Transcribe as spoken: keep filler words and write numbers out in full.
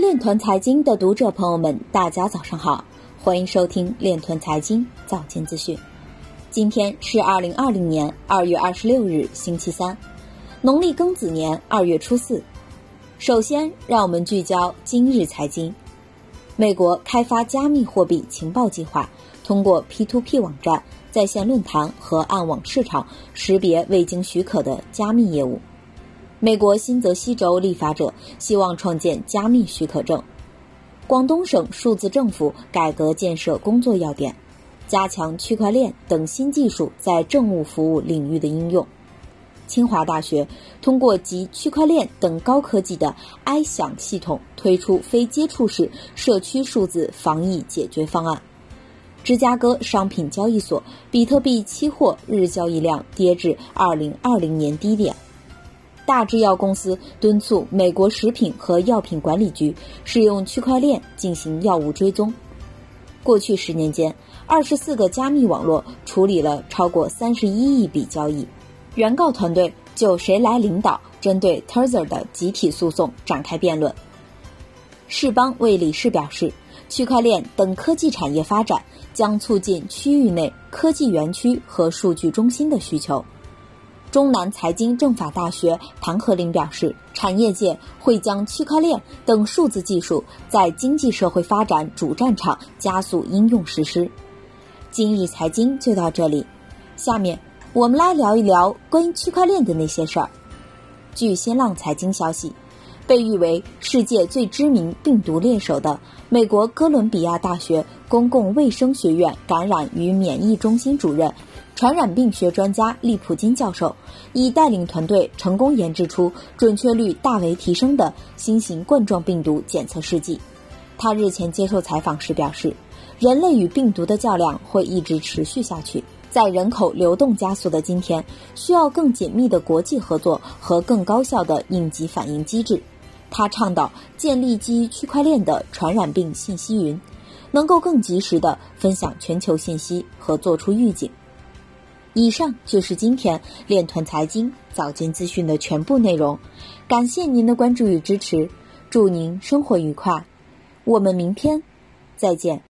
链团财经的读者朋友们，大家早上好，欢迎收听链团财经早间资讯。今天是二零二零年二月二十六日，星期三，农历庚子年二月初四。首先，让我们聚焦今日财经。美国开发加密货币情报计划，通过 P to P 网站、在线论坛和暗网市场识别未经许可的加密业务。美国新泽西州立法者希望创建加密许可证。广东省数字政府改革建设工作要点，加强区块链等新技术在政务服务领域的应用。清华大学通过集区块链等高科技的 I 享系统推出非接触式社区数字防疫解决方案。芝加哥商品交易所比特币期货日交易量跌至二零二零年低点。大制药公司敦促美国食品和药品管理局使用区块链进行药物追踪。过去十年间，二十四个加密网络处理了超过三十一亿笔交易。原告团队就谁来领导针对 Tether 的集体诉讼展开辩论。世邦魏理事表示，区块链等科技产业发展将促进区域内科技园区和数据中心的需求。中南财经政法大学谭和林表示，产业界会将区块链等数字技术在经济社会发展主战场加速应用实施。今日财经就到这里，下面我们来聊一聊关于区块链的那些事儿。据新浪财经消息，被誉为世界最知名病毒猎手的美国哥伦比亚大学公共卫生学院感染与免疫中心主任、传染病学专家利普金教授，已带领团队成功研制出准确率大为提升的新型冠状病毒检测试剂。他日前接受采访时表示，人类与病毒的较量会一直持续下去，在人口流动加速的今天，需要更紧密的国际合作和更高效的应急反应机制。他倡导建立基于区块链的传染病信息云，能够更及时地分享全球信息和做出预警。以上就是今天链团财经早间资讯的全部内容，感谢您的关注与支持，祝您生活愉快，我们明天再见。